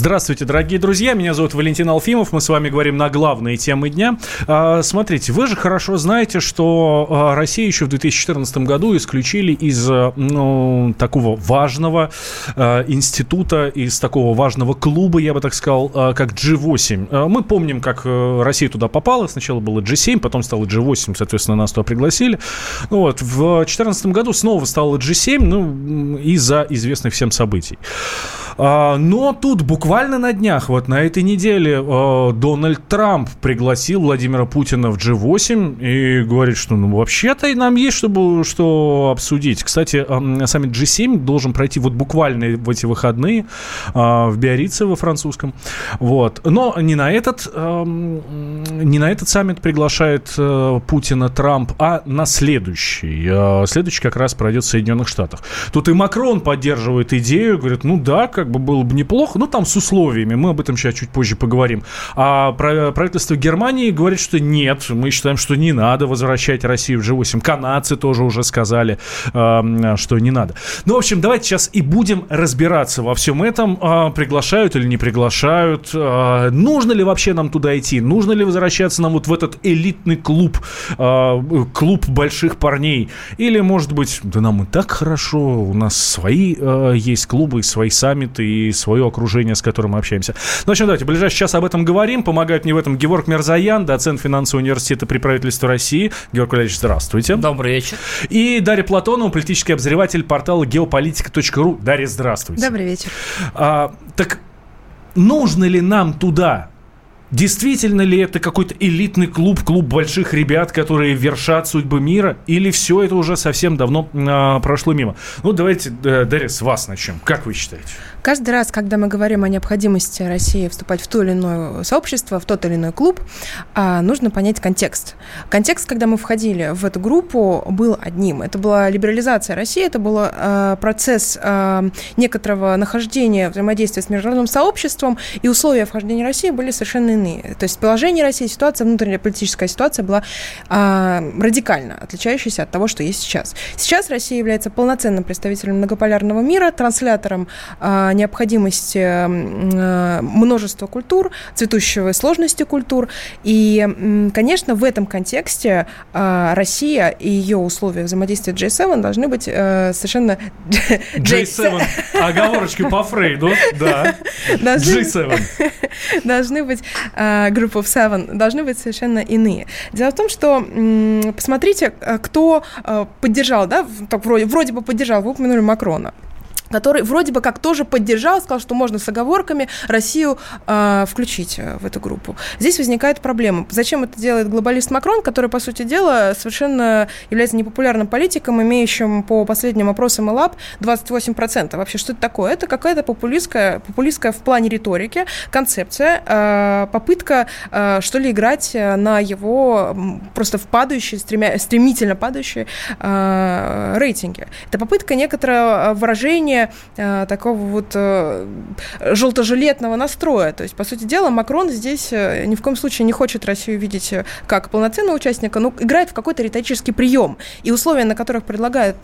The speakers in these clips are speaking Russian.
Здравствуйте, дорогие друзья, меня зовут Валентин Алфимов, мы с вами говорим на главные темы дня. Смотрите, вы же хорошо знаете, что Россию еще в 2014 году исключили из такого важного института, из такого важного клуба, я бы так сказал, как G8. Мы помним, как Россия туда попала, сначала было G7, потом стало G8, соответственно, нас туда пригласили. В 2014 году снова стало G7, из-за известных всем событий. Но тут буквально на днях, вот на этой неделе, Дональд Трамп пригласил Владимира Путина в G8 и говорит, что вообще-то нам есть что обсудить. Кстати, саммит G7 должен пройти вот буквально в эти выходные в Биаррице во французском. Но не на этот саммит приглашает Путина Трамп, а на следующий. Следующий как раз пройдет в Соединенных Штатах. Тут и Макрон поддерживает идею, говорит, было бы неплохо, там с условиями, мы об этом сейчас чуть позже поговорим. А правительство Германии говорит, что нет, мы считаем, что не надо возвращать Россию в G8. Канадцы тоже уже сказали, что не надо. В общем, давайте сейчас и будем разбираться во всем этом, приглашают или не приглашают, нужно ли вообще нам туда идти, нужно ли возвращаться нам вот в этот элитный клуб больших парней, или, может быть, да нам и так хорошо, у нас свои есть клубы, свои саммиты и свое окружение, с которым мы общаемся. В общем, давайте в ближайший час об этом говорим. Помогают мне в этом Геворг Мирзоян, доцент финансового университета при правительстве России. Георг Валерьевич, здравствуйте. Добрый вечер. И Дарья Платонова, политический обозреватель портала geopolitica.ru. Дарья, здравствуйте. Добрый вечер. Так нужно ли нам туда? Действительно ли это какой-то элитный клуб больших ребят, которые вершат судьбы мира, или все это уже совсем давно прошло мимо? Давайте, Дарья, с вас начнем. Как вы считаете? Каждый раз, когда мы говорим о необходимости России вступать в то или иное сообщество, в тот или иной клуб, нужно понять контекст. Контекст, когда мы входили в эту группу, был одним. Это была либерализация России, это был процесс некоторого нахождения, взаимодействия с международным сообществом, и условия вхождения России были совершенно иные. То есть положение России, ситуация, внутренняя политическая ситуация была радикально отличающаяся от того, что есть сейчас. Сейчас Россия является полноценным представителем многополярного мира, транслятором необходимости множества культур, цветущего сложности культур. И, конечно, в этом контексте Россия и ее условия взаимодействия G7 должны быть совершенно... G7, оговорочки по Фрейду, да. G7. Должны быть Group of Seven, должны быть совершенно иные. Дело в том, что посмотрите, кто поддержал, вроде бы поддержал, вы упомянули Макрона, который вроде бы как тоже поддержал, сказал, что можно с оговорками Россию включить в эту группу. Здесь возникает проблема. Зачем это делает глобалист Макрон, который, по сути дела, совершенно является непопулярным политиком, имеющим по последним опросам ЭЛАП 28%. Вообще, что это такое? Это какая-то популистская в плане риторики концепция, попытка, что ли, играть на его просто стремительно падающие рейтинги. Это попытка некоторого выражения такого вот желто-жилетного настроя. То есть, по сути дела, Макрон здесь ни в коем случае не хочет Россию видеть как полноценного участника, но играет в какой-то риторический прием. И условия, на которых предлагает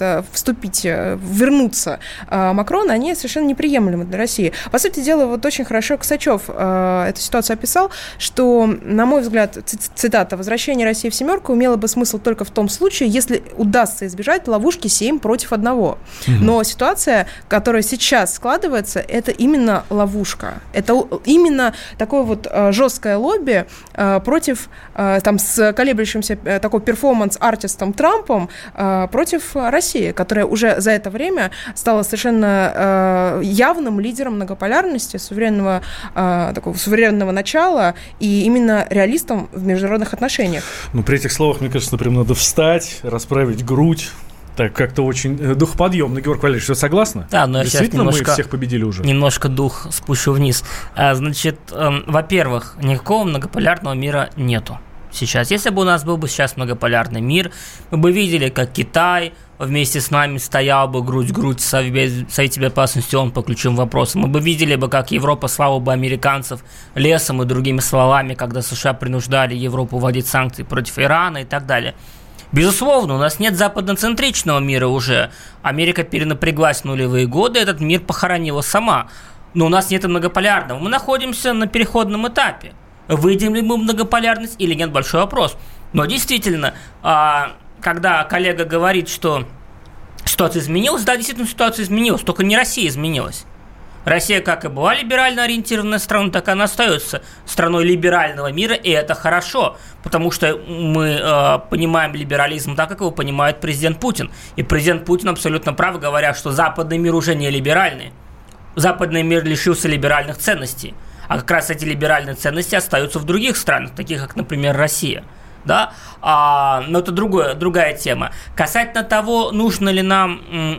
вернуться Макрон, они совершенно неприемлемы для России. По сути дела, вот очень хорошо Косачев эту ситуацию описал, что, на мой взгляд, цитата, «возвращение России в семерку имело бы смысл только в том случае, если удастся избежать ловушки 7 против 1. Но ситуация, которая сейчас складывается, это именно ловушка. Это именно такое вот жесткое лобби против, с колеблющимся такой перформанс-артистом Трампом против России, которая уже за это время стала совершенно явным лидером многополярности, суверенного начала и именно реалистом в международных отношениях. При этих словах, мне кажется, например, надо встать, расправить грудь. Так, как-то очень духоподъемно. Георг Валерьевич, вы согласны? Да, но я сейчас мы всех победили уже. Немножко дух спущу вниз. Значит, во-первых, никакого многополярного мира нету сейчас. Если бы у нас был бы сейчас многополярный мир, мы бы видели, как Китай вместе с нами стоял бы грудь в грудь в Совете Безопасности ООН по ключевым вопросам. Мы бы видели, как Европа слала бы американцев лесом и другими стволами, когда США принуждали Европу вводить санкции против Ирана и так далее. Безусловно, у нас нет западноцентричного мира уже. Америка перенапряглась в нулевые годы, этот мир похоронила сама. но у нас нет многополярного. Мы находимся на переходном этапе. Выйдем ли мы в многополярность или нет, большой вопрос. Но действительно, когда коллега говорит, что ситуация изменилась, да, действительно ситуация изменилась, только не Россия изменилась. Россия, как и была либерально ориентированная страна, так и она остается страной либерального мира, и это хорошо, потому что мы понимаем либерализм так, как его понимает президент Путин. И президент Путин абсолютно прав, говоря, что западный мир уже не либеральный. Западный мир лишился либеральных ценностей, а как раз эти либеральные ценности остаются в других странах, таких как, например, Россия. Да? Но это другая тема. Касательно того, нужно ли нам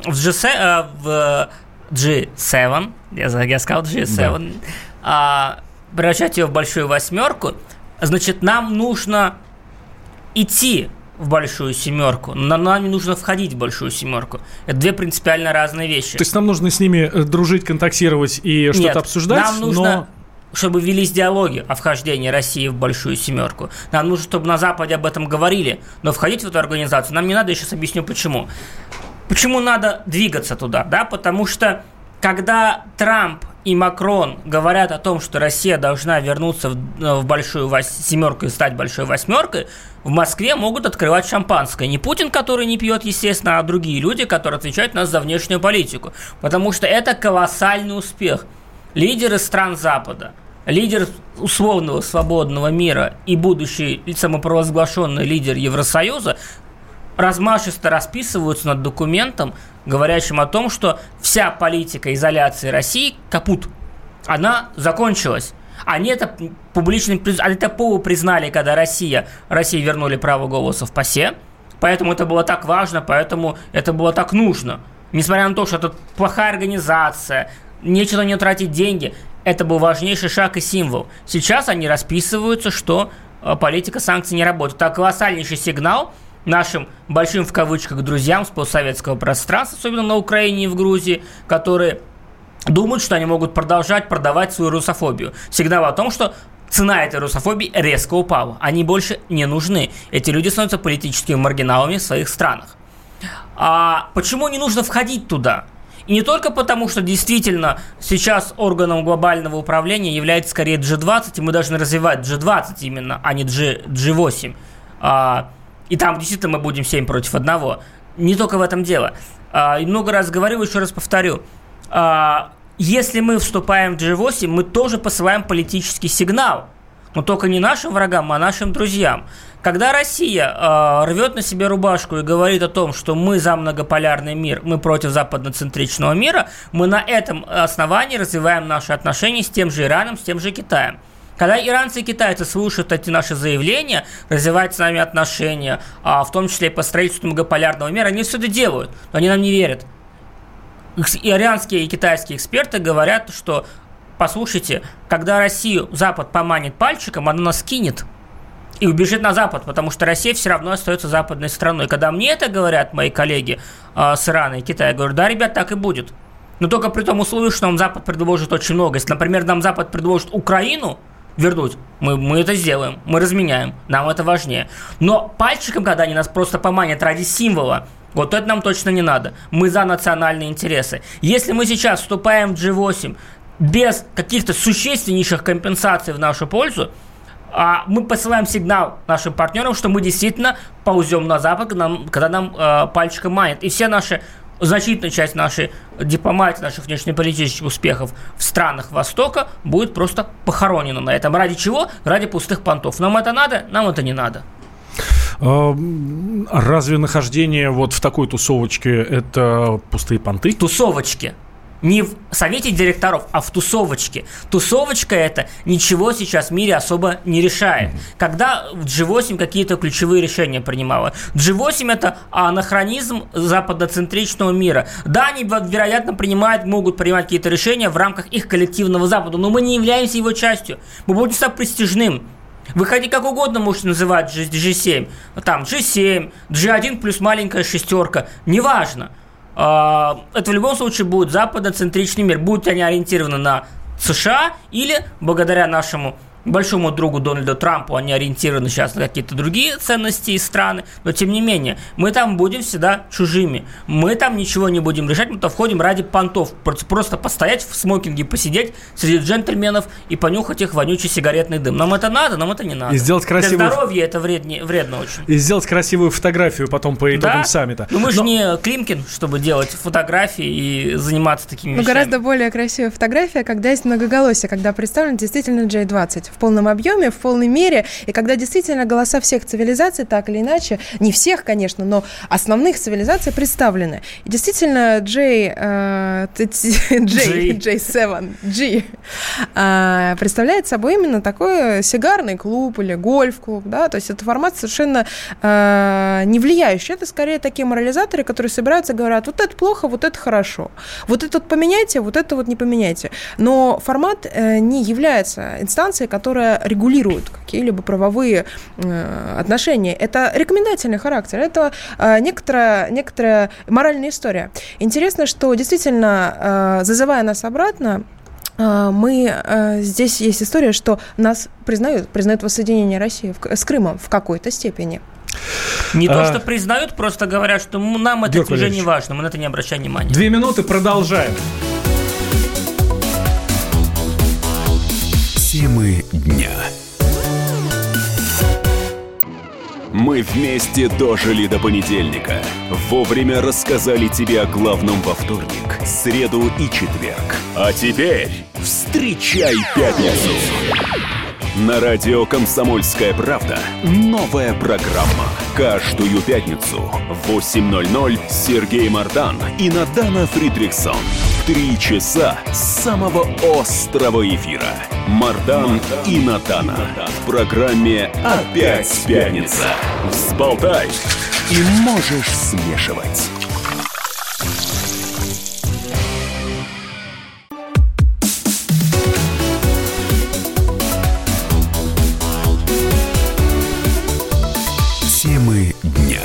в G7, я сказал G7, превращать ее в большую восьмерку, значит, нам нужно идти в большую семерку, но нам не нужно входить в большую семерку. Это две принципиально разные вещи. То есть нам нужно с ними дружить, контактировать и что-то обсуждать? Нам нужно, чтобы велись диалоги о вхождении России в большую семерку. Нам нужно, чтобы на Западе об этом говорили, но входить в эту организацию нам не надо, я сейчас объясню почему. Почему надо двигаться туда? Да? Потому что когда Трамп и Макрон говорят о том, что Россия должна вернуться в большую семерку и стать большой восьмеркой, в Москве могут открывать шампанское. Не Путин, который не пьет, естественно, а другие люди, которые отвечают нас за внешнюю политику. Потому что это колоссальный успех. Лидеры стран Запада, лидер условного свободного мира и будущий самопровозглашенный лидер Евросоюза размашисто расписываются над документом, говорящим о том, что вся политика изоляции России капут. Она закончилась. Они это публично признали, когда России вернули право голоса в ПАСЕ. Поэтому это было так важно, поэтому это было так нужно. Несмотря на то, что это плохая организация, нечего на нее тратить деньги, это был важнейший шаг и символ. Сейчас они расписываются, что политика санкций не работает. Это колоссальнейший сигнал нашим большим в кавычках друзьям с постсоветского пространства, особенно на Украине и в Грузии, которые думают, что они могут продолжать продавать свою русофобию. Сигнал о том, что цена этой русофобии резко упала. Они больше не нужны. Эти люди становятся политическими маргиналами в своих странах. А почему не нужно входить туда? И не только потому, что действительно сейчас органом глобального управления является скорее G20, и мы должны развивать G20 именно, а не G8. И там действительно мы будем 7 против 1. Не только в этом дело. И много раз говорил, еще раз повторю. Если мы вступаем в G8, мы тоже посылаем политический сигнал. Но только не нашим врагам, а нашим друзьям. Когда Россия рвет на себе рубашку и говорит о том, что мы за многополярный мир, мы против западноцентричного мира, мы на этом основании развиваем наши отношения с тем же Ираном, с тем же Китаем. Когда иранцы и китайцы слушают эти наши заявления, развивать с нами отношения, в том числе и по строительству многополярного мира, они все это делают, но они нам не верят. Иранские и китайские эксперты говорят, что, послушайте, когда Россию Запад поманит пальчиком, она нас кинет и убежит на Запад, потому что Россия все равно остается западной страной. Когда мне это говорят мои коллеги с Ирана и Китая, я говорю, да, ребят, так и будет. Но только при том условии, что нам Запад предложит очень много. Если, например, нам Запад предложит Украину вернуть, мы это сделаем, мы разменяем, нам это важнее. Но пальчиком, когда они нас просто поманят ради символа, вот это нам точно не надо. Мы за национальные интересы. Если мы сейчас вступаем в G8 без каких-то существеннейших компенсаций в нашу пользу, мы посылаем сигнал нашим партнерам, что мы действительно ползем на Запад, когда нам пальчиком манят. И все наши, значительная часть нашей дипломатии, наших внешнеполитических успехов в странах Востока будет просто похоронена на этом. Ради чего? Ради пустых понтов. Нам это надо? Нам это не надо. Разве нахождение вот в такой тусовочке – это пустые понты? Тусовочки. Не в совете директоров, а в тусовочке. Тусовочка это ничего сейчас в мире особо не решает. Когда в G8 какие-то ключевые решения принимала. G8 это анахронизм западноцентричного мира. Да, они, вероятно, могут принимать какие-то решения в рамках их коллективного Запада, но мы не являемся его частью. Мы будем стать престижным. Вы хотите как угодно можете называть G7, там G7, G1 плюс маленькая шестерка, неважно. Это в любом случае будет западноцентричный мир. Будут они ориентированы на США или, благодаря нашему большому другу Дональду Трампу, они ориентированы сейчас на какие-то другие ценности и страны, но тем не менее, мы там будем всегда чужими, мы там ничего не будем решать, мы туда входим ради понтов, просто постоять в смокинге, посидеть среди джентльменов и понюхать их вонючий сигаретный дым. Нам это надо, нам это не надо. И сделать красивую... Для здоровья это вредно очень. И сделать красивую фотографию потом по итогам саммита. Но мы же не Климкин, чтобы делать фотографии и заниматься такими вещами. Но гораздо более красивая фотография, когда есть многоголосие, когда представлен действительно G20 в полном объеме, в полной мере, и когда действительно голоса всех цивилизаций, так или иначе, не всех, конечно, но основных цивилизаций представлены. И действительно G7 представляет собой именно такой сигарный клуб или гольф-клуб, да, то есть это формат совершенно не влияющий. Это скорее такие морализаторы, которые собираются и говорят, вот это плохо, вот это хорошо. Вот это вот поменяйте, вот это вот не поменяйте. Но формат не является инстанцией, которая регулирует какие-либо правовые отношения. Это рекомендательный характер, это некоторая моральная история. Интересно, что действительно, зазывая нас обратно, здесь есть история, что нас признают воссоединение России с Крымом в какой-то степени. Не то, что признают, просто говорят, что нам это уже не важно, мы на это не обращаем внимания. 2 минуты, продолжаем. Темы дня. Мы вместе дожили до понедельника. Вовремя рассказали тебе о главном во вторник, среду и четверг. А теперь встречай пятницу. На радио «Комсомольская правда» новая программа. Каждую пятницу в 8:00 Сергей Мардан и Надана Фридрихсон. 3 часа самого острого эфира. Мардан и Надана. В программе «Опять пятница». Взболтай и можешь смешивать. Темы дня.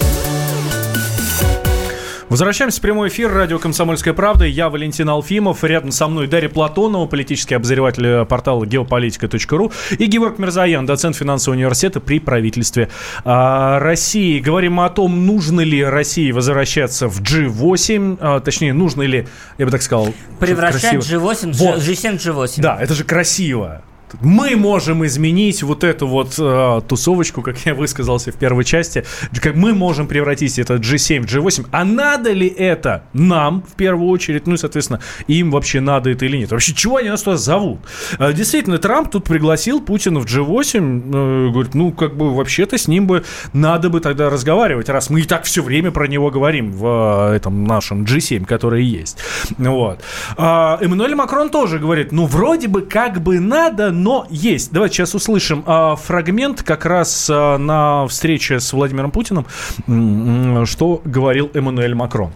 Возвращаемся в прямой эфир. Радио «Комсомольская правда». Я Валентин Алфимов. Рядом со мной Дарья Платонова, политический обозреватель портала geopolitica.ru, и Геворг Мирзоян, доцент финансового университета при правительстве России. Говорим о том, нужно ли России возвращаться в G8, точнее, нужно ли, я бы так сказал, превращать G8 в G7 G8. Да, это же красиво. Мы можем изменить вот эту вот тусовочку, как я высказался в первой части, как мы можем превратить это G7 в G8. А надо ли это нам, в первую очередь, ну и, соответственно, им вообще надо это или нет? Вообще, чего они нас туда зовут? Действительно, Трамп тут пригласил Путина в G8, говорит, ну, как бы, вообще-то с ним бы надо бы тогда разговаривать, раз мы и так все время про него говорим в этом нашем G7, который есть. Вот. Эммануэль Макрон тоже говорит, ну, вроде бы как бы надо, но есть. Давайте сейчас услышим фрагмент как раз на встрече с Владимиром Путиным, что говорил Эммануэль Макрон.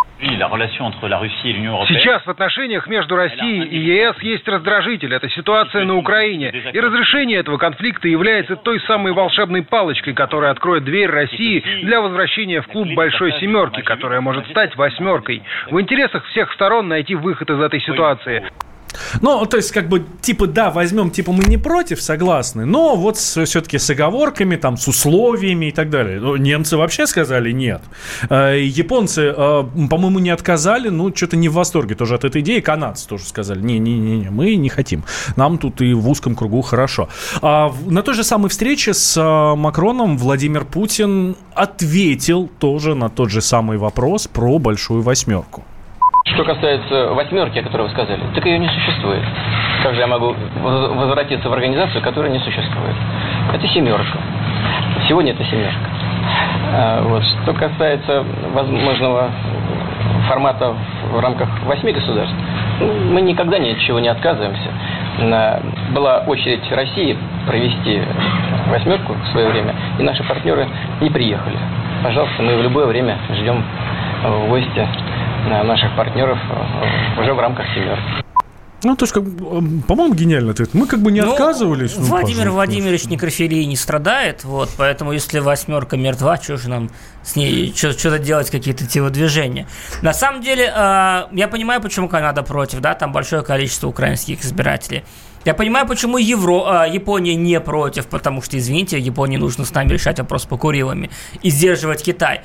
Сейчас в отношениях между Россией и ЕС есть раздражитель. Это ситуация на Украине. И разрешение этого конфликта является той самой волшебной палочкой, которая откроет дверь России для возвращения в клуб Большой Семерки, которая может стать восьмеркой. В интересах всех сторон найти выход из этой ситуации. Ну, то есть, как бы, типа, да, возьмем, типа, мы не против, согласны, но вот все-таки с оговорками, там, с условиями и так далее. Ну, немцы вообще сказали нет. Японцы, по-моему, не отказали, ну, что-то не в восторге тоже от этой идеи. Канадцы тоже сказали, не-не-не, мы не хотим. Нам тут и в узком кругу хорошо. На той же самой встрече с Макроном Владимир Путин ответил тоже на тот же самый вопрос про Большую Восьмерку. Что касается восьмерки, о которой вы сказали, так ее не существует. Как же я могу возвратиться в организацию, которая не существует? Это семерка. Сегодня это семерка. Вот. Что касается возможного формата в рамках 8 государств, мы никогда ни от чего не отказываемся. Была очередь России провести восьмерку в свое время, и наши партнеры не приехали. Пожалуйста, мы в любое время ждем в гости наших партнеров уже в рамках семерки. Ну, то есть, как, по-моему, гениальный ответ. Мы как бы не отказывались. Владимир Владимирович некрофилией не страдает, вот, поэтому если восьмерка мертва, что же нам с ней что-то делать, какие-то телодвижения. На самом деле, я понимаю, почему Канада против, да, там большое количество украинских избирателей. Я понимаю, почему Япония не против, потому что, извините, Японии нужно с нами решать вопрос по Курилами и сдерживать Китай.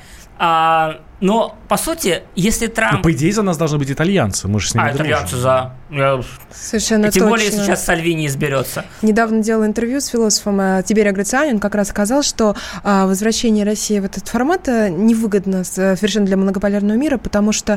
Но, по сути, если Трамп... по идее, за нас должны быть итальянцы, мы же с ними дружим. Итальянцы за... Совершенно тем точно. более, если сейчас Сальвини изберется. Недавно делала интервью с философом Тиберио Грациани, он как раз сказал, что возвращение России в этот формат невыгодно совершенно для многополярного мира, потому что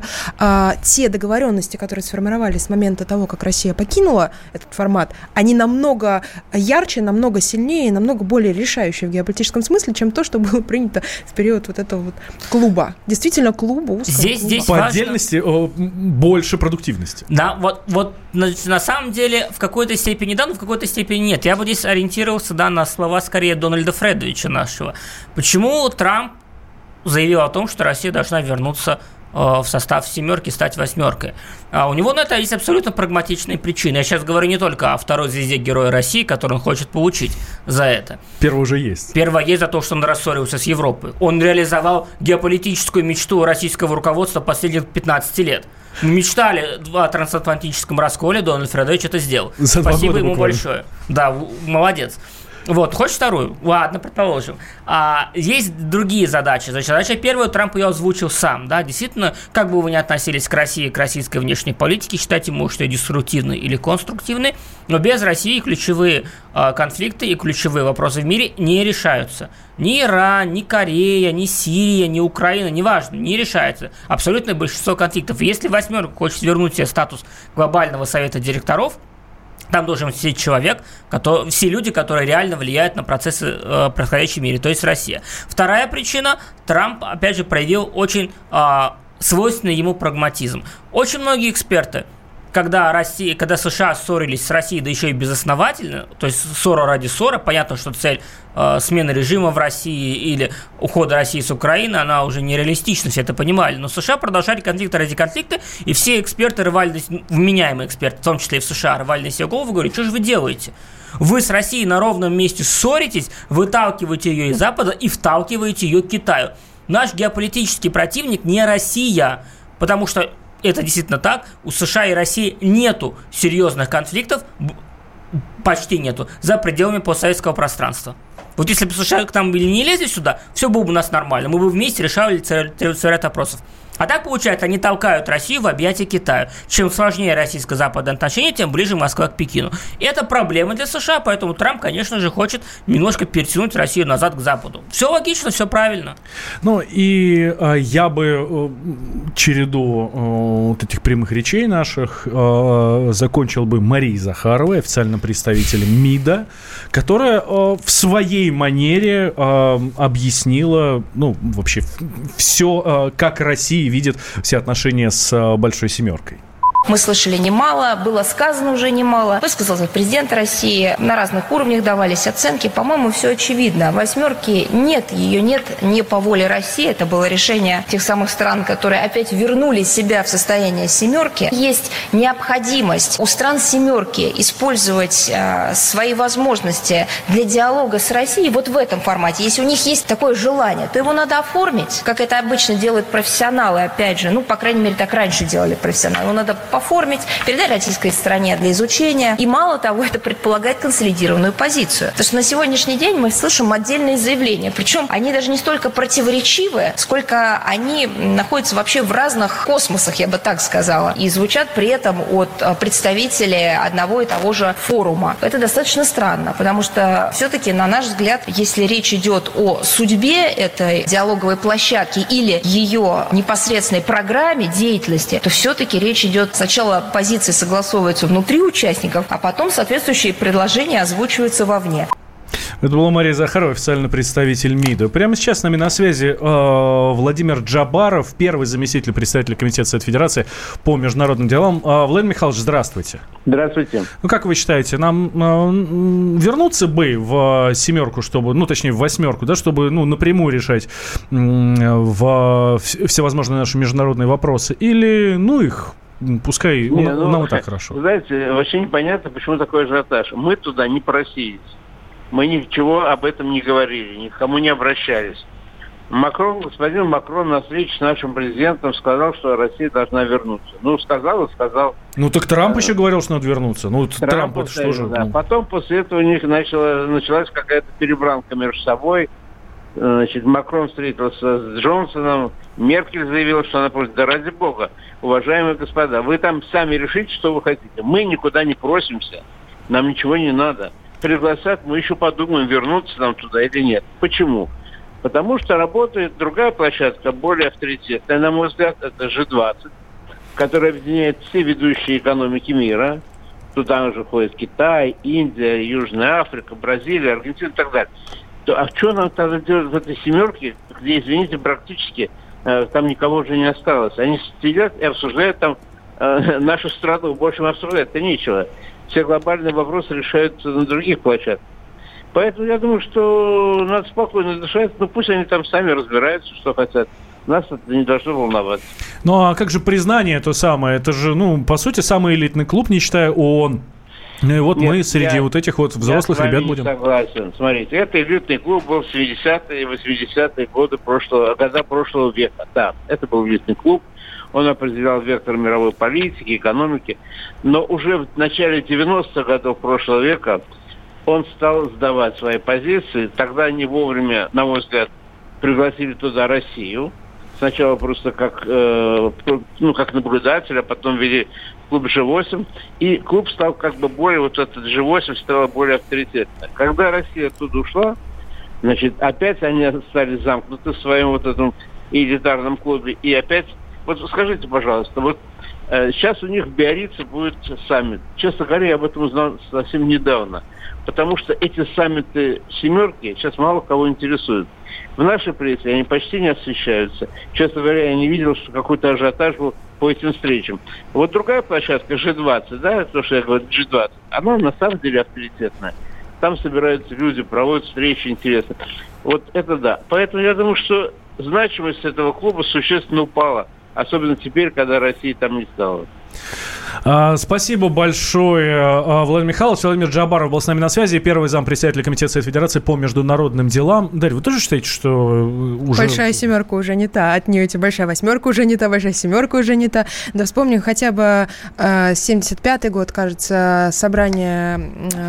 те договоренности, которые сформировались с момента того, как Россия покинула этот формат, они намного ярче, намного сильнее, намного более решающие в геополитическом смысле, чем то, что было принято в период вот этого вот клуба. Действительно, клуба, узкого здесь клуба. По важно... отдельности больше продуктивности. Да, вот на самом деле в какой-то степени да, но в какой-то степени нет. Я бы здесь ориентировался на слова скорее Дональда Фредовича нашего. Почему Трамп заявил о том, что Россия должна вернуться в состав семерки, стать восьмеркой? У него на это есть абсолютно прагматичные причины. Я сейчас говорю не только о второй звезде Героя России, которую он хочет получить за это. Первый уже есть. Первое есть за то, что он рассорился с Европой. Он реализовал геополитическую мечту российского руководства последних 15 лет. Мы мечтали о трансатлантическом расколе, Дональд Фредович это сделал. Спасибо ему большое. Да, молодец. Вот, хочешь вторую? Ладно, предположим. Есть другие задачи. Значит, задача первая, Трамп ее озвучил сам. Да? Действительно, как бы вы ни относились к России, к российской внешней политике, считайте, может, ее деструктивной или конструктивной, но без России ключевые конфликты и ключевые вопросы в мире не решаются. Ни Иран, ни Корея, ни Сирия, ни Украина, неважно, не решается. Абсолютное большинство конфликтов. И если восьмерка хочет вернуть себе статус глобального совета директоров, там должен сидеть человек, все люди, которые реально влияют на процессы, происходящие в мире, то есть Россия. Вторая причина, Трамп, опять же, проявил очень свойственный ему прагматизм. Очень многие эксперты, когда США ссорились с Россией, да еще и безосновательно, то есть ссора ради ссоры, понятно, что цель смены режима в России или ухода России с Украины, она уже нереалистична, все это понимали, но США продолжали конфликты ради конфликта, и все эксперты рвали, вменяемые эксперты, в том числе и в США, рвали на себе голову и говорили, что же вы делаете? Вы с Россией на ровном месте ссоритесь, выталкиваете ее из Запада и вталкиваете ее к Китаю. Наш геополитический противник не Россия, потому что это действительно так, у США и России нету серьезных конфликтов, почти нету, за пределами постсоветского пространства. Вот если бы США к нам не лезли сюда, все было бы у нас нормально, мы бы вместе решали целый ряд вопросов. А так получается, они толкают Россию в объятия Китая. Чем сложнее российско-западные отношения, тем ближе Москва к Пекину. И это проблема для США, поэтому Трамп, конечно же, хочет немножко перетянуть Россию назад к Западу. Все логично, все правильно. Ну и я бы череду вот этих прямых речей наших закончил бы Марией Захаровой, официальным представителем МИДа, которая в своей манере объяснила, ну, вообще все, как Россия видит все отношения с Большой Семеркой. Мы слышали немало, было сказано уже немало. Высказался президент России, на разных уровнях давались оценки. По-моему, все очевидно. Восьмерки нет, ее нет не по воле России. Это было решение тех самых стран, которые опять вернули себя в состояние семерки. Есть необходимость у стран семерки использовать свои возможности для диалога с Россией вот в этом формате. Если у них есть такое желание, то его надо оформить, как это обычно делают профессионалы, опять же. Ну, по крайней мере, так раньше делали профессионалы. Его надо оформить, передать российской стране для изучения. И мало того, это предполагает консолидированную позицию. Потому что на сегодняшний день мы слышим отдельные заявления. Причем они даже не столько противоречивые, сколько они находятся вообще в разных космосах, я бы так сказала. И звучат при этом от представителей одного и того же форума. Это достаточно странно, потому что все-таки, на наш взгляд, если речь идет о судьбе этой диалоговой площадки или ее непосредственной программе деятельности, то все-таки речь идет сначала позиции согласовываются внутри участников, а потом соответствующие предложения озвучиваются вовне. Это была Мария Захарова, официальный представитель МИДа. Прямо сейчас с нами на связи Владимир Джабаров, первый заместитель председателя Комитета Совета Федерации по международным делам. Владимир Михайлович, здравствуйте. Здравствуйте. Ну, как вы считаете, нам вернуться бы в семерку, чтобы, ну, точнее, в восьмерку, да, чтобы, ну, напрямую решать всевозможные наши международные вопросы, или, ну, их... Пускай нам и так хорошо. Вы знаете, вообще непонятно, почему такой ажиотаж. Мы туда не просились. Мы ничего об этом не говорили, ни к кому не обращались. Господин Макрон на встрече с нашим президентом сказал, что Россия должна вернуться. Ну, сказал и сказал. Ну, так Трамп еще говорил, что надо вернуться. Ну, Трамп это что же? Да. Потом после этого у них началась какая-то перебранка между собой. Значит, Макрон встретился с Джонсоном, Меркель заявила, что она против. Да ради бога, уважаемые господа, вы там сами решите, что вы хотите. Мы никуда не просимся, нам ничего не надо. Пригласят, мы еще подумаем, вернуться нам туда или нет. Почему? Потому что работает другая площадка, более авторитетная, на мой взгляд, это G20, которая объединяет все ведущие экономики мира. Туда уже входит Китай, Индия, Южная Африка, Бразилия, Аргентина и так далее. А что нам тогда делать в этой семерке, где, извините, практически там никого уже не осталось? Они сидят и обсуждают там нашу страну. В общем, обсуждать-то нечего. Все глобальные вопросы решаются на других площадках. Поэтому я думаю, что надо спокойно дышать. Ну, пусть они там сами разбираются, что хотят. Нас это не должно волновать. Ну, а как же признание то самое? Это же, ну, по сути, самый элитный клуб, не считая ООН. Ну и вот мы среди вот этих вот взрослых ребят будем. Я согласен. Смотрите, это элитный клуб был в 70-е и 80-е годы прошлого века. Да, это был элитный клуб. Он определял вектор мировой политики, экономики. Но уже в начале 90-х годов прошлого века он стал сдавать свои позиции. Тогда они вовремя, на мой взгляд, пригласили туда Россию. Сначала просто как наблюдатель, а потом ввели клуб G8. И клуб стал как бы более, вот этот G8 стал более авторитетным. Когда Россия оттуда ушла, значит, опять они стали замкнуты в своем вот этом элитарном клубе. И опять, вот скажите, пожалуйста, вот сейчас у них в Биаррице будет саммит. Честно говоря, я об этом узнал совсем недавно. Потому что эти саммиты семерки сейчас мало кого интересуют. В нашей прессе они почти не освещаются. Честно говоря, я не видел, что какой-то ажиотаж был по этим встречам. Вот другая площадка, G20, да, то, что я говорю, G20, она на самом деле авторитетная. Там собираются люди, проводят встречи интересные. Вот это да. Поэтому я думаю, что значимость этого клуба существенно упала. Особенно теперь, когда России там не стало. Спасибо большое, Владимир Михайлович. Владимир Джабаров был с нами на связи, первый зампредседателя Комитета Совета Федерации по международным делам. Дарья, вы тоже считаете, что уже... Большая семерка уже не та, отнюдь. Большая восьмерка уже не та, большая семерка уже не та. Да вспомним хотя бы 75-й год, кажется, собрание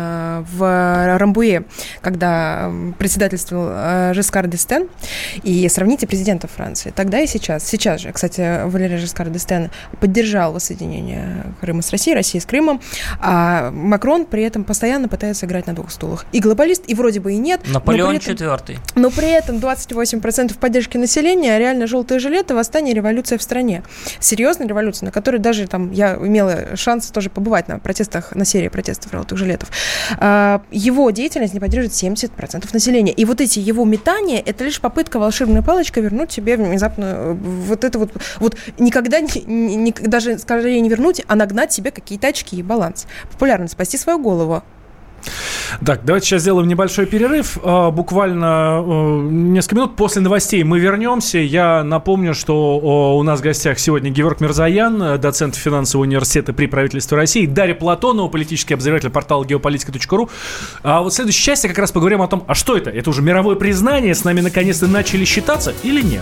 в Рамбуе, когда председательствовал Жескар д'Эстен. И сравните президентов Франции тогда и сейчас. Сейчас же, кстати, Валерий Жескар д'Эстен поддержал воссоединение Крыма с Россией, России с Крымом, а Макрон при этом постоянно пытается играть на двух стулах. И глобалист, и вроде бы и нет. Наполеон IV. Но при этом 28% поддержки населения, а реально желтые жилеты, восстание, революция в стране. Серьезная революция, на которой даже там я имела шанс тоже побывать на протестах, на серии протестов желтых жилетов. Его деятельность не поддерживает 70% населения. И вот эти его метания, это лишь попытка волшебной палочкой вернуть себе внезапно вот это вот никогда даже, скорее, не вернуть, а нагнать себе какие-то очки и баланс. Популярно спасти свою голову. Так, давайте сейчас сделаем небольшой перерыв. Буквально несколько минут после новостей мы вернемся. Я напомню, что у нас в гостях сегодня Геворг Мирзоян, доцент финансового университета при правительстве России, Дарья Платонова, политический обозреватель портала geopolitica.ru. А вот в следующей части как раз поговорим о том, а что это? Это уже мировое признание? С нами наконец-то начали считаться или нет?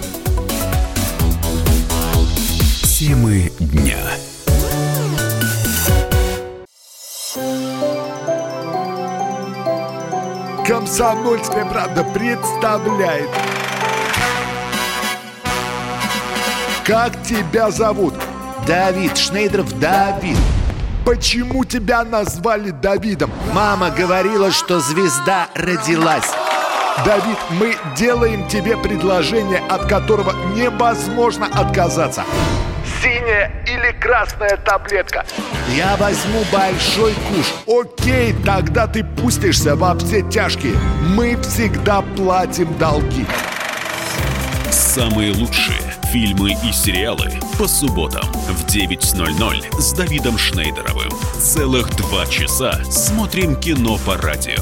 Темы дня. Комсомольская правда представляет. Как тебя зовут? Давид. Шнейдеров Давид. Почему тебя назвали Давидом? Мама говорила, что звезда родилась. Давид, мы делаем тебе предложение, от которого невозможно отказаться. Синяя или красная таблетка? Я возьму большой куш. Окей, тогда ты пустишься во все тяжкие. Мы всегда платим долги. Самые лучшие фильмы и сериалы по субботам в 9:00 с Давидом Шнейдеровым. Целых 2 часа смотрим кино по радио.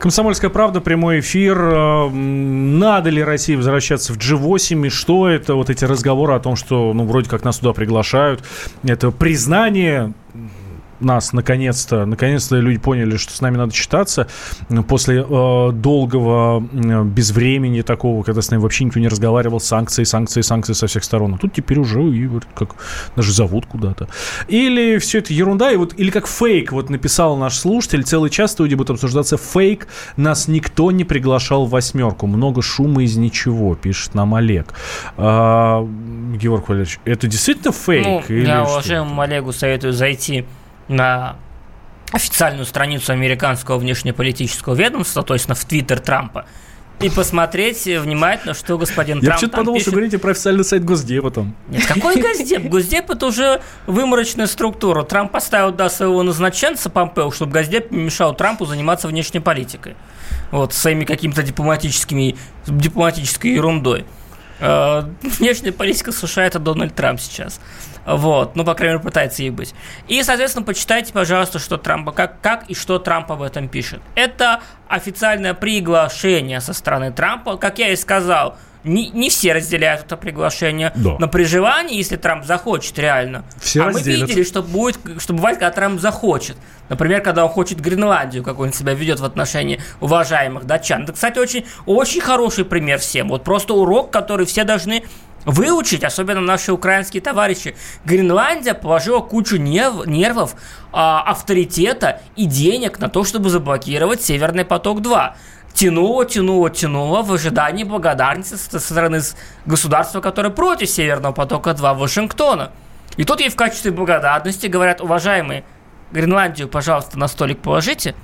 «Комсомольская правда», прямой эфир. Надо ли России возвращаться в G8? И что это? Вот эти разговоры о том, что, вроде как нас туда приглашают. Это признание нас, наконец-то люди поняли, что с нами надо считаться. После долгого безвремени такого, когда с нами вообще никто не разговаривал, санкции со всех сторон. А тут теперь уже как даже зовут куда-то. Или все это ерунда, или как фейк, написал наш слушатель, целый час в студии будет обсуждаться фейк, нас никто не приглашал в восьмерку, много шума из ничего, пишет нам Олег. Георг Валерьевич, это действительно фейк? Я уважаемому Олегу советую зайти на официальную страницу американского внешнеполитического ведомства, то есть в Твиттер Трампа, и посмотреть внимательно, что господин Трамп Я что-то подумал, что говорите про официальный сайт Госдепа там. Нет, какой Госдеп? Госдеп – это уже выморочная структура. Трамп поставил своего назначенца Помпео, чтобы Госдеп не мешал Трампу заниматься внешней политикой. Своими какими-то дипломатической ерундой. Внешняя политика США – это Дональд Трамп сейчас. По крайней мере, пытается ей быть. И, соответственно, почитайте, пожалуйста, что Трамп, как и что Трамп об этом пишет. Это официальное приглашение со стороны Трампа. Как я и сказал, не все разделяют это приглашение, да. Но при желании, если Трамп захочет реально. Все разделят. Мы видели, что бывает, когда Трамп захочет. Например, когда он хочет Гренландию, как он себя ведет в отношении уважаемых датчан. Это, кстати, очень, очень хороший пример всем. Просто урок, который все должны выучить, особенно наши украинские товарищи. Гренландия положила кучу нервов, авторитета и денег на то, чтобы заблокировать Северный поток-2. Тянуло в ожидании благодарности со стороны государства, которое против Северного потока-2, Вашингтона. И тут ей в качестве благодарности говорят: уважаемые, Гренландию, пожалуйста, на столик положите.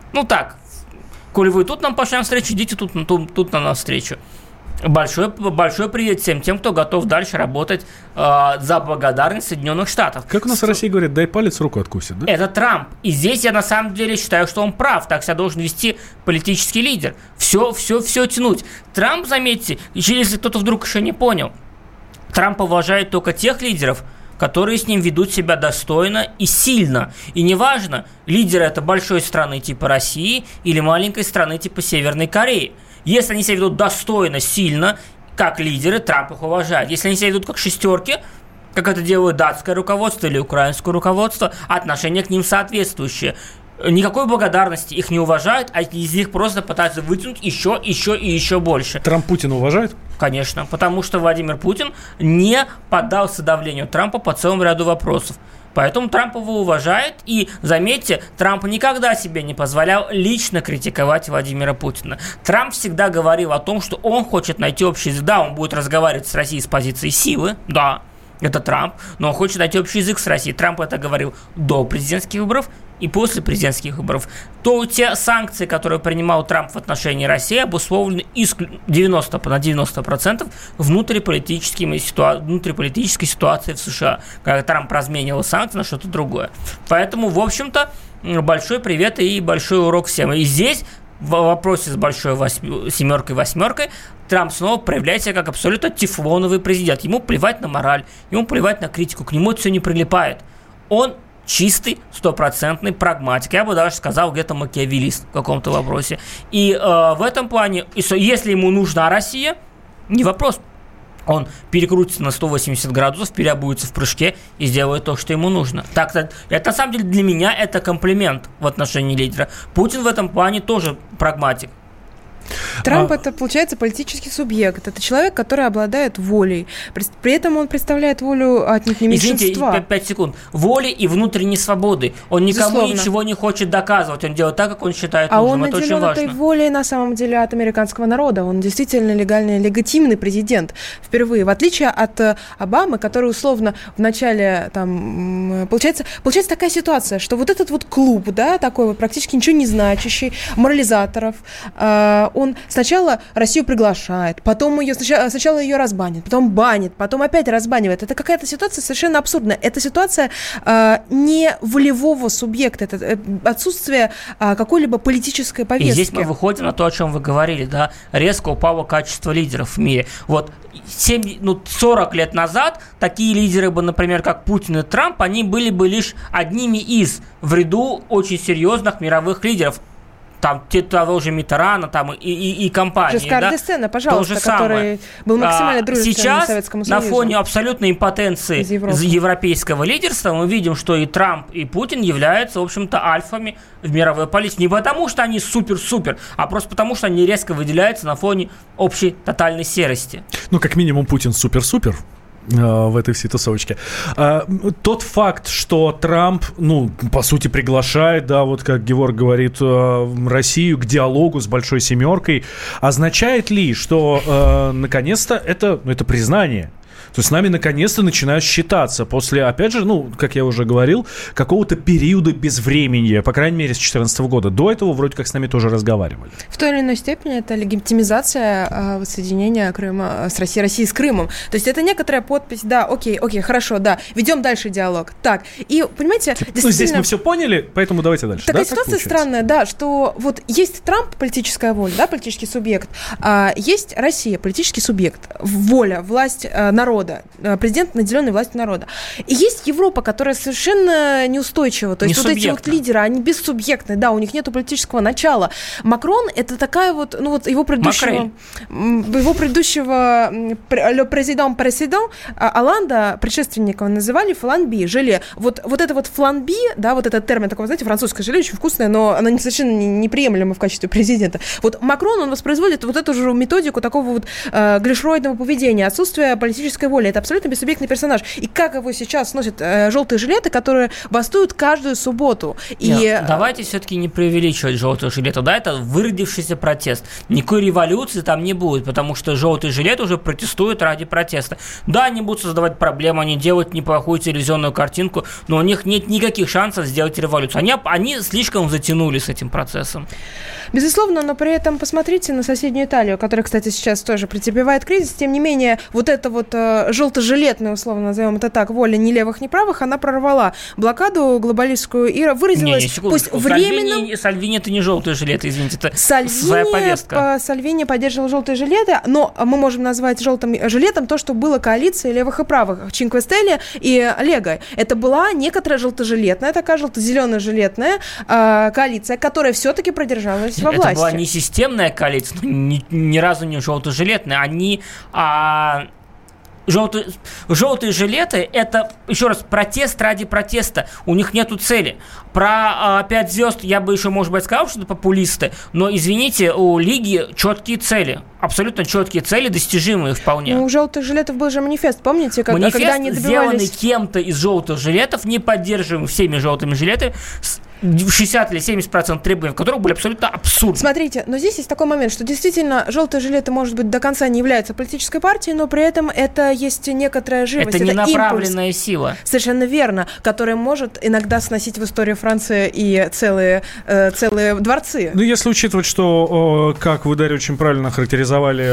Коли вы тут нам пошли навстречу, идите тут нам навстречу. Большой привет всем тем, кто готов дальше работать за благодарность Соединенных Штатов. Как у нас в России говорят, дай палец, руку откусит, да? Это Трамп. И здесь я на самом деле считаю, что он прав. Так себя должен вести политический лидер. Все тянуть. Трамп, заметьте, если кто-то вдруг еще не понял, Трамп уважает только тех лидеров, которые с ним ведут себя достойно и сильно. И неважно, лидеры это большой страны типа России или маленькой страны типа Северной Кореи. Если они себя ведут достойно, сильно, как лидеры, Трамп их уважает. Если они себя ведут как шестерки, как это делает датское руководство или украинское руководство, отношение к ним соответствующее. Никакой благодарности их не уважают, а из них просто пытаются вытянуть еще и еще больше. Трамп Путина уважает? Конечно, потому что Владимир Путин не поддался давлению Трампа по целому ряду вопросов. Поэтому Трамп его уважает, и, заметьте, Трамп никогда себе не позволял лично критиковать Владимира Путина. Трамп всегда говорил о том, что он хочет найти общий язык. Да, он будет разговаривать с Россией с позиции силы, да, это Трамп, но он хочет найти общий язык с Россией. Трамп это говорил до президентских выборов и после президентских выборов. То те санкции, которые принимал Трамп в отношении России, обусловлены 90% внутриполитической ситуацией в США, когда Трамп разменивал санкции на что-то другое. Поэтому, в общем-то, большой привет и большой урок всем. И здесь в вопросе с большой семеркой-восьмеркой Трамп снова проявляет себя как абсолютно тефлоновый президент. Ему плевать на мораль, ему плевать на критику, к нему это все не прилипает. Он чистый, стопроцентный прагматик. Я бы даже сказал, где-то макиавеллист в каком-то вопросе. И в этом плане, если ему нужна Россия, не вопрос. Он перекрутится на 180 градусов, переобуется в прыжке и сделает то, что ему нужно. Так-то, это на самом деле для меня это комплимент в отношении лидера. Путин в этом плане тоже прагматик. Трамп это, получается, политический субъект. Это человек, который обладает волей. При этом он представляет волю отнюдь не меньшинства. Извините, 5 секунд. Воли и внутренней свободы. Он никому ничего не хочет доказывать. Он делает так, как он считает нужным. Он наделен этой волей, на самом деле, от американского народа. Он действительно легальный, легитимный президент. Впервые. В отличие от Обамы, который условно в начале там... Получается такая ситуация, что вот этот вот клуб, да, такой вот практически ничего не значащий, морализаторов, он сначала Россию приглашает, потом сначала ее разбанит, потом банит, потом опять разбанивает. Это какая-то ситуация совершенно абсурдная. Это ситуация не волевого субъекта, это отсутствие какой-либо политической повестки. И здесь мы выходим на то, о чем вы говорили, да, резко упало качество лидеров в мире. Вот 40 лет назад такие лидеры, например, как Путин и Трамп, они были бы лишь одними из в ряду очень серьезных мировых лидеров. там того же Миттерана, там и компании. Жескар д'Эстена, пожалуйста, который был максимально дружественным Советскому Союзу. Сейчас на фоне абсолютной импотенции европейского лидерства мы видим, что и Трамп, и Путин являются, в общем-то, альфами в мировой политике. Не потому, что они супер-супер, а просто потому, что они резко выделяются на фоне общей тотальной серости. Ну, как минимум, Путин супер-супер в этой всей тусовочке. Тот факт, что Трамп, по сути, приглашает, да, вот как Геворг говорит, Россию к диалогу с Большой Семеркой, означает ли, что наконец-то это признание? То есть с нами наконец-то начинают считаться после, опять же, как я уже говорил, какого-то периода безвременья, по крайней мере, с 2014 года. До этого вроде как с нами тоже разговаривали. В той или иной степени это легитимизация воссоединения Крыма с Россией с Крымом. То есть это некоторая подпись, да, окей, хорошо, да, ведем дальше диалог. Так, и, понимаете, действительно... здесь мы все поняли, поэтому давайте дальше. Такая ситуация странная, да, что вот есть Трамп, политическая воля, да, политический субъект, есть Россия, политический субъект, воля, власть народа, президент, наделенный властью народа. И есть Европа, которая совершенно неустойчива. То есть вот эти вот лидеры, они бессубъектны, да, у них нету политического начала. Макрон — это такая его предыдущего le président, Оланда, предшественника называли фланби, желе. Вот это вот фланби, да, вот этот термин такого, знаете, французское желе, очень вкусное, но оно совершенно неприемлемо в качестве президента. Вот Макрон, он воспроизводит вот эту же методику такого вот глишроидного поведения, отсутствие политической воли. Это абсолютно бессубъектный персонаж. И как его сейчас носят желтые жилеты, которые бастуют каждую субботу. Давайте все-таки не преувеличивать желтые жилеты. Да, это выродившийся протест. Никакой революции там не будет, потому что желтые жилеты уже протестуют ради протеста. Да, они будут создавать проблемы, они делают неплохую телевизионную картинку, но у них нет никаких шансов сделать революцию. Они слишком затянули с этим процессом. Безусловно, но при этом посмотрите на соседнюю Италию, которая, кстати, сейчас тоже претерпевает кризис. Тем не менее, вот эта вот желто-жилетная, условно назовем это так, воля ни левых, ни правых, она прорвала блокаду глобалистскую и выразилась пусть временным... Сальвини это не желтые жилеты, извините, это своя повестка. Сальвини поддерживал желтые жилеты, но мы можем назвать желтым жилетом то, что было коалицией левых и правых, Чинкве Стелле и Лего. Это была некоторая желто-жилетная, такая желто-зеленая жилетная коалиция, которая все-таки продержалась во власти. Это была не системная коалиция, ни разу не желто-жилетная, они... Желтые жилеты – это, еще раз, протест ради протеста. У них нету цели. Про 5 звезд я бы еще, может быть, сказал, что это популисты, но, извините, у Лиги четкие цели. Абсолютно четкие цели, достижимые вполне. У желтых жилетов был же манифест, помните? Когда они добивались... сделанный кем-то из желтых жилетов, не поддерживаемый всеми желтыми жилетами, 60 или 70% требований, которых были абсолютно абсурдны. Смотрите, но здесь есть такой момент, что действительно желтые жилеты, может быть, до конца не являются политической партией, но при этом это есть некоторая живость. Это ненаправленная сила. Совершенно верно, которая может иногда сносить в историю Франции и целые дворцы. Если учитывать, что, как вы, Дарья, очень правильно характеризовали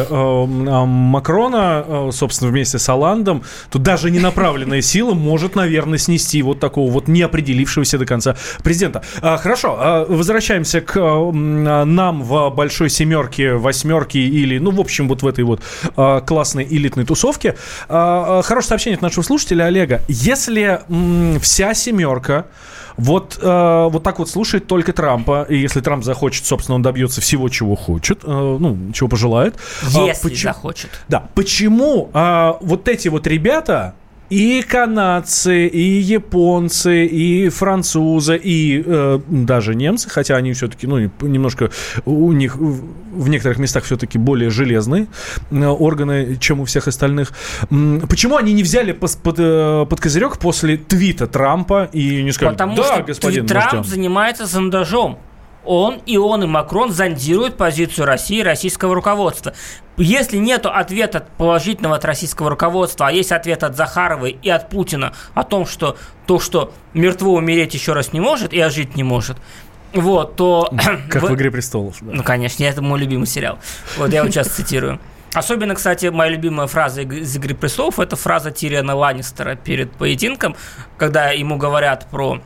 Макрона, собственно, вместе с Оландом, то даже ненаправленная сила может, наверное, снести вот такого вот неопределившегося до конца президента. Хорошо, возвращаемся к нам в большой семерке, восьмерке или, в общем, вот в этой вот классной элитной тусовке. Хорошее сообщение от нашего слушателя Олега. Если вся семерка вот так вот слушает только Трампа, и если Трамп захочет, собственно, он добьется всего, чего хочет, чего пожелает. Если захочет. Да, почему вот эти вот ребята... И канадцы, и японцы, и французы, и даже немцы, хотя они все-таки, немножко у них в некоторых местах все-таки более железные органы, чем у всех остальных. Почему они не взяли под козырек после твита Трампа и не сказали, потому что господин Трамп занимается зондажом. Он и Макрон зондируют позицию России и российского руководства. Если нет ответа положительного от российского руководства, а есть ответ от Захаровой и от Путина о том, что то, что мертво умереть еще раз не может и ожить не может, то... Как в «Игре престолов». Да. Конечно, это мой любимый сериал. Я его часто цитирую. Особенно, кстати, моя любимая фраза из «Игры престолов» – это фраза Тириона Ланнистера перед поединком, когда ему говорят про...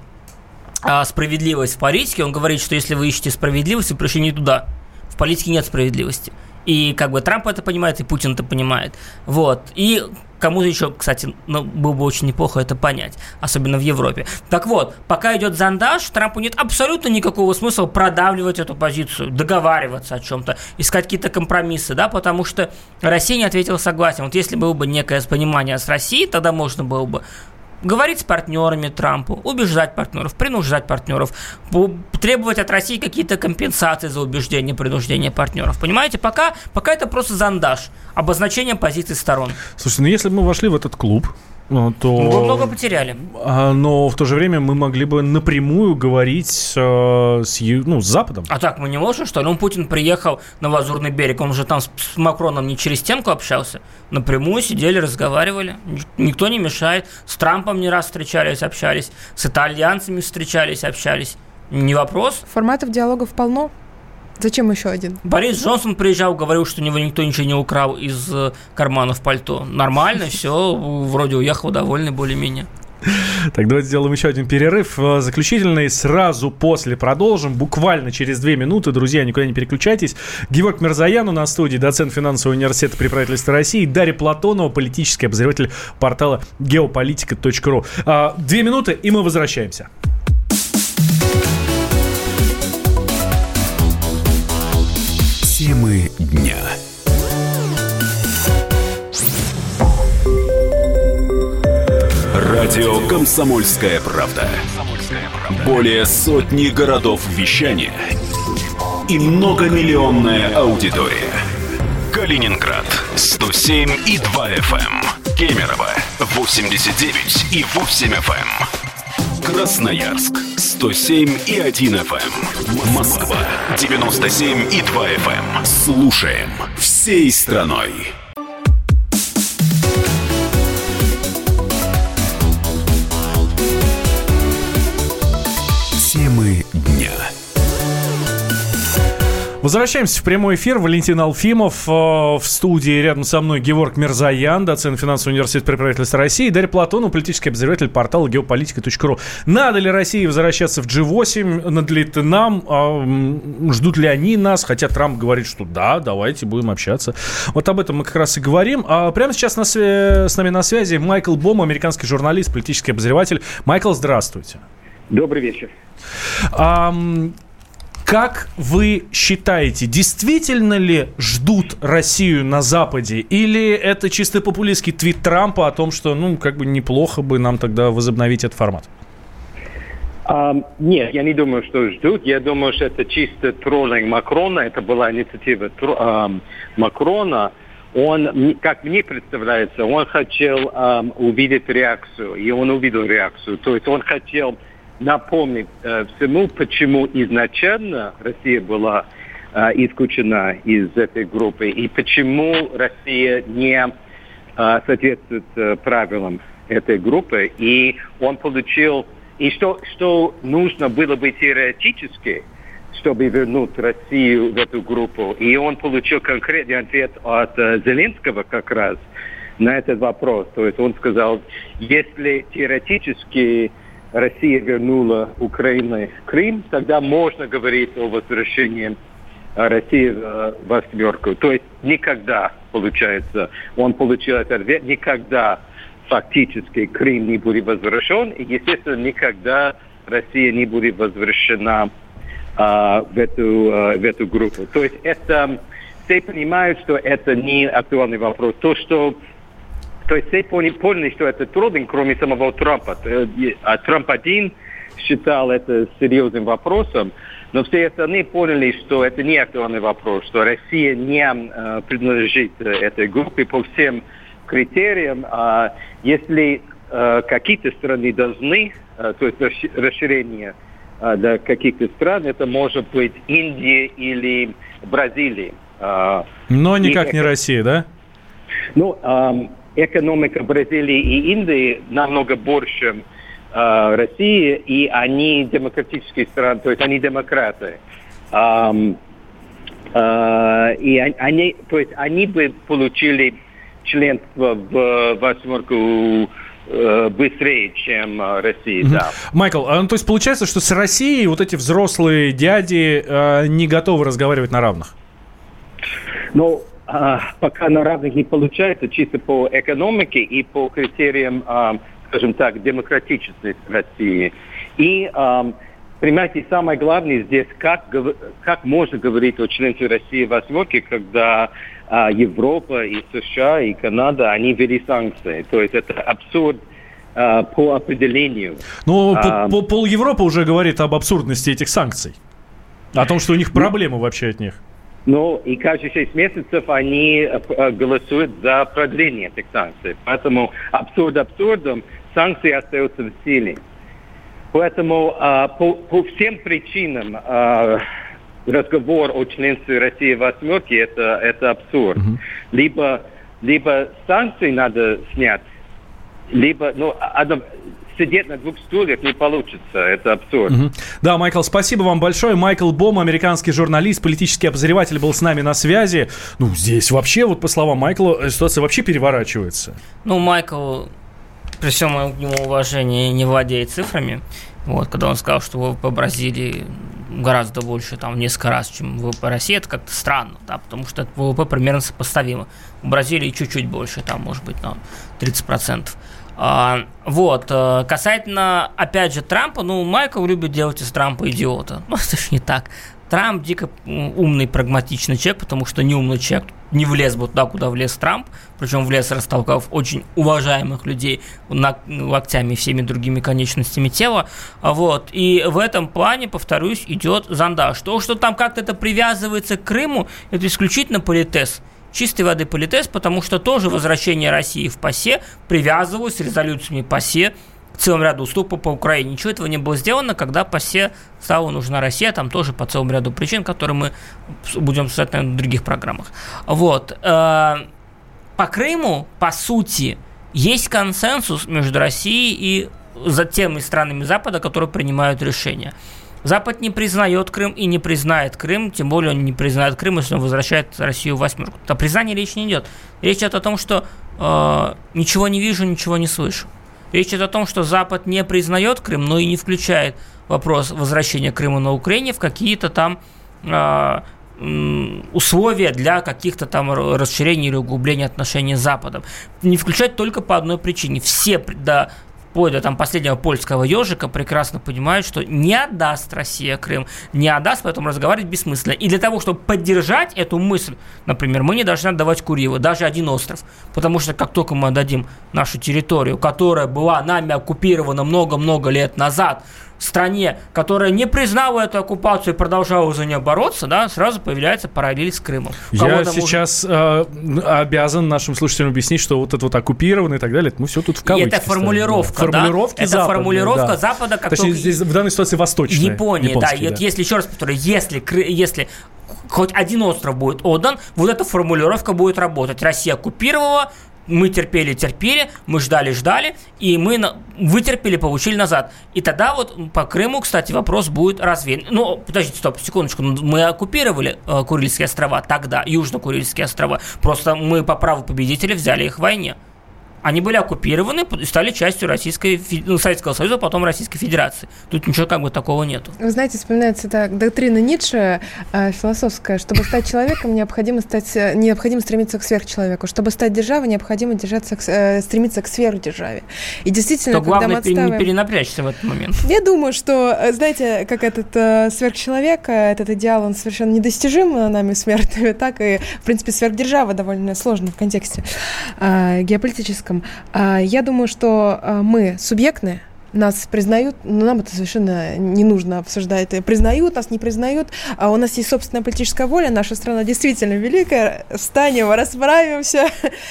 справедливость в политике, он говорит, что если вы ищете справедливость, вы пришли не туда. В политике нет справедливости. И как бы Трамп это понимает, и Путин это понимает. Вот. И кому-то еще, кстати, было бы очень неплохо это понять, особенно в Европе. Так вот, пока идет зондаж, Трампу нет абсолютно никакого смысла продавливать эту позицию, договариваться о чем-то, искать какие-то компромиссы, да, потому что Россия не ответила согласием. Вот если было бы некое понимание с Россией, тогда можно было бы говорить с партнерами Трампу, убеждать партнеров, принуждать партнеров, требовать от России какие-то компенсации за убеждение, принуждение партнеров. Понимаете, пока это просто зондаж, обозначение позиций сторон. Слушайте, ну если бы мы вошли в этот клуб, то... Мы бы много потеряли. Но в то же время мы могли бы напрямую говорить с Западом. А так мы не можем, что ли? Путин приехал на Лазурный берег, он же там с Макроном не через стенку общался. Напрямую сидели, разговаривали. Никто не мешает. С Трампом не раз встречались, общались. С итальянцами встречались, общались. Не вопрос. Форматов диалогов полно. Зачем еще один? Борис Джонсон приезжал, говорил, что у него никто ничего не украл из карманов пальто. Нормально, все, вроде уехал довольный более-менее. Так, давайте сделаем еще один перерыв заключительный. Сразу после продолжим. Буквально через 2 минуты. Друзья, никуда не переключайтесь. Геворг Мирзоян у нас в студии, доцент финансового университета при правительстве России. Дарья Платонова, политический обозреватель портала geopolitica.ru. 2 минуты, и мы возвращаемся. Темы дня. Радио «Комсомольская правда». Более сотни городов вещания и многомиллионная аудитория. Калининград 107,2 FM. Кемерово 89,8 FM. Красноярск 107,1 FM. Москва 97,2 FM. Слушаем всей страной. Темы дня. Возвращаемся в прямой эфир. Валентин Алфимов в студии. Рядом со мной Геворг Мирзоян, доцент финансового университета при правительстве России. Дарья Платонова, политический обозреватель портала geopolitica.ru. Надо ли России возвращаться в G8? Надо ли это нам? Ждут ли они нас? Хотя Трамп говорит, что да, давайте будем общаться. Вот об этом мы как раз и говорим. А прямо сейчас с нами на связи Майкл Бом, американский журналист, политический обозреватель. Майкл, здравствуйте. Добрый вечер. Как вы считаете, действительно ли ждут Россию на Западе? Или это чисто популистский твит Трампа о том, что, неплохо бы нам тогда возобновить этот формат? Нет, я не думаю, что ждут. Я думаю, что это чисто троллинг Макрона. Это была инициатива Макрона. Он, как мне представляется, он хотел увидеть реакцию, и он увидел реакцию. То есть он хотел напомнить всему, почему изначально Россия была исключена из этой группы, и почему Россия не соответствует правилам этой группы. И он получил... И что нужно было бы теоретически, чтобы вернуть Россию в эту группу. И он получил конкретный ответ от Зеленского как раз на этот вопрос. То есть он сказал, если теоретически Россия вернула Украине Крым, тогда можно говорить о возвращении России в восьмерку. То есть никогда, получается, он получил этот ответ, никогда фактически Крым не будет возвращен, и, естественно, никогда Россия не будет возвращена в эту группу. То есть это, все понимают, что это не актуальный вопрос. То есть все поняли, что это трудно, кроме самого Трампа. А Трамп один считал это серьезным вопросом, но все остальные поняли, что это не актуальный вопрос, что Россия не принадлежит этой группе по всем критериям. Если какие-то страны должны, то есть расширение до каких-то стран, это может быть Индия или Бразилия. Но никак не Россия, да? Экономика Бразилии и Индии намного больше России, и они демократические страны, то есть они демократы. И они бы получили членство в восьмерку быстрее, чем Россия, да. Майкл, то есть получается, что с Россией вот эти взрослые дяди не готовы разговаривать на равных? Но пока на равных не получается, чисто по экономике и по критериям, скажем так, демократичности России. И, понимаете, самое главное здесь, как можно говорить о членстве России в «восьмерке», когда Европа и США и Канада, они ввели санкции. То есть это абсурд по определению. Ну, пол Европы уже говорит об абсурдности этих санкций. О том, что у них проблемы вообще от них. Ну, и каждые 6 месяцев они голосуют за продление этих санкций. Поэтому абсурдом, санкции остаются в силе. Поэтому по всем причинам разговор о членстве России в «восьмерке» это абсурд. Либо санкции надо снять, либо сидеть на двух стульях не получится. Это абсурд. Да, Майкл, спасибо вам большое. Майкл Бом, американский журналист, политический обозреватель, был с нами на связи. Ну, здесь вообще, вот по словам Майкла, ситуация вообще переворачивается. Ну, Майкл, при всем моем к нему уважении, не владеет цифрами. Вот, когда он сказал, что ВВП Бразилии гораздо больше, там, в несколько раз, чем ВВП России, это как-то странно, да, потому что это ВВП примерно сопоставимо. У Бразилии чуть-чуть больше, там, может быть, 30%. Вот, касательно, опять же, Трампа, Майкл любит делать из Трампа идиота. Это ж не так. Трамп дико умный, прагматичный человек, потому что неумный человек не влез бы туда, куда влез Трамп, причем влез, растолкав очень уважаемых людей локтями и всеми другими конечностями тела. Вот. И в этом плане, повторюсь, идет зондаж. То, что там как-то это привязывается к Крыму, это исключительно политез. Чистой воды политез, потому что тоже возвращение России в ПАСЕ привязывалось резолюциями ПАСЕ к целому ряду уступов по Украине. Ничего этого не было сделано, когда ПАСЕ стала нужна Россия, там тоже по целому ряду причин, которые мы будем обсуждать, наверное, в других программах. Вот. По Крыму, по сути, есть консенсус между Россией и теми странами Запада, которые принимают решения. Запад не признает Крым и не признает Крым, тем более он не признает Крым, если он возвращает Россию в «восьмерку». О признании речь не идет. Речь идет о том, что ничего не вижу, ничего не слышу. Речь идет о том, что Запад не признает Крым, но и не включает вопрос возвращения Крыма на Украине в какие-то там условия для каких-то там расширений или углубления отношений с Западом. Не включать только по одной причине. Все вплоть до последнего польского ежика прекрасно понимают, что не отдаст Россия Крым, не отдаст, поэтому разговаривать бессмысленно. И для того, чтобы поддержать эту мысль, например, мы не должны отдавать Курилы, даже один остров, потому что как только мы отдадим нашу территорию, которая была нами оккупирована много-много лет назад, в стране, которая не признала эту оккупацию и продолжала за нее бороться, да, сразу появляется параллель с Крымом. Я сейчас обязан нашим слушателям объяснить, что вот это вот оккупировано и так далее, мы все тут в кавычки. И это формулировка, да? Это формулировка Запада, как точнее, здесь в данной ситуации восточная. Япония, да. Если, еще раз повторю, если хоть один остров будет отдан, вот эта формулировка будет работать. Россия оккупировала, мы терпели, мы ждали, и мы вытерпели, получили назад. И тогда вот по Крыму, кстати, вопрос будет развеян. Подождите, секундочку. Мы оккупировали Курильские острова тогда, Южно-Курильские острова. Просто мы по праву победителя взяли их в войне. Они были оккупированы и стали частью Советского Союза, потом Российской Федерации. Тут ничего такого нету. Вы знаете, вспоминается доктрина Ницше философская. Чтобы стать человеком, необходимо стремиться к сверхчеловеку. Чтобы стать державой, необходимо стремиться к сверхдержаве. И действительно, то главное не перенапрячься в этот момент. Я думаю, что, знаете, как этот сверхчеловек, этот идеал, он совершенно недостижим нами смертными, так и, в принципе, сверхдержава довольно сложно в контексте геополитическом. Я думаю, что мы субъектны, нас признают, но нам это совершенно не нужно обсуждать. Признают, нас не признают, а у нас есть собственная политическая воля, наша страна действительно великая, встанем, расправимся.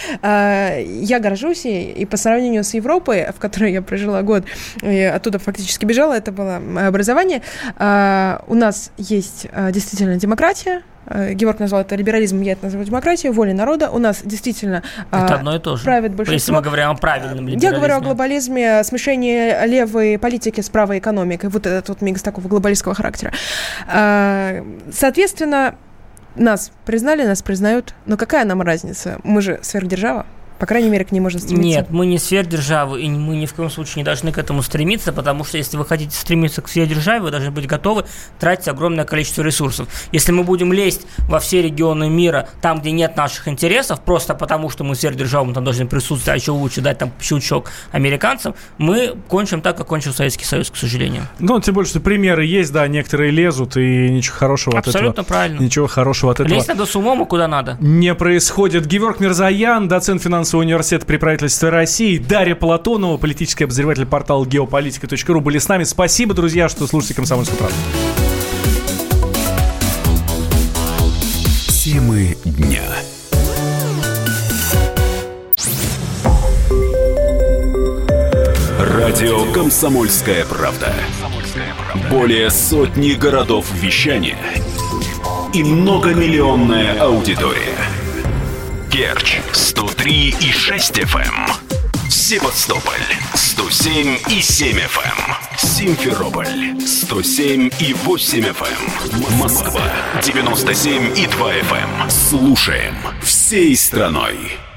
Я горжусь и по сравнению с Европой, в которой я прожила год, и оттуда фактически бежала, это было мое образование, у нас есть действительно демократия. Георг назвал это либерализмом, я это называю демократией, волей народа. У нас действительно это одно и то же. Правит большинство. Если мы говорим о правильном либерализме. Я говорю о глобализме, смешении левой политики с правой экономикой. Вот этот вот микс такого глобалистского характера. Соответственно, нас признали, нас признают. Но какая нам разница? Мы же сверхдержава. По крайней мере, к ней можно стремиться. Нет, мы не сверхдержавы, и мы ни в коем случае не должны к этому стремиться, потому что если вы хотите стремиться к сверхдержаве, вы должны быть готовы тратить огромное количество ресурсов. Если мы будем лезть во все регионы мира, там, где нет наших интересов, просто потому что мы сверхдержава, мы там должны присутствовать, а еще лучше дать там щелчок американцам, мы кончим так, как кончил Советский Союз, к сожалению. Ну, тем более, что примеры есть, да, некоторые лезут, и ничего хорошего Абсолютно от этого... правильно. Ничего хорошего от этого... Лезть надо с умом, и куда надо. Не происходит. Геворг Мирзоян, доцент финансового университета при правительстве России, Дарья Платонова, политический обозреватель портала geopolitika.ru были с нами. Спасибо, друзья, что слушаете «Комсомольскую правду». Темы дня. Радио «Комсомольская правда». Более сотни городов вещания и многомиллионная аудитория. Керчь 103,6 FM, Севастополь 107,7 FM, Симферополь 107,8 FM, Москва 97,2 FM. Слушаем всей страной.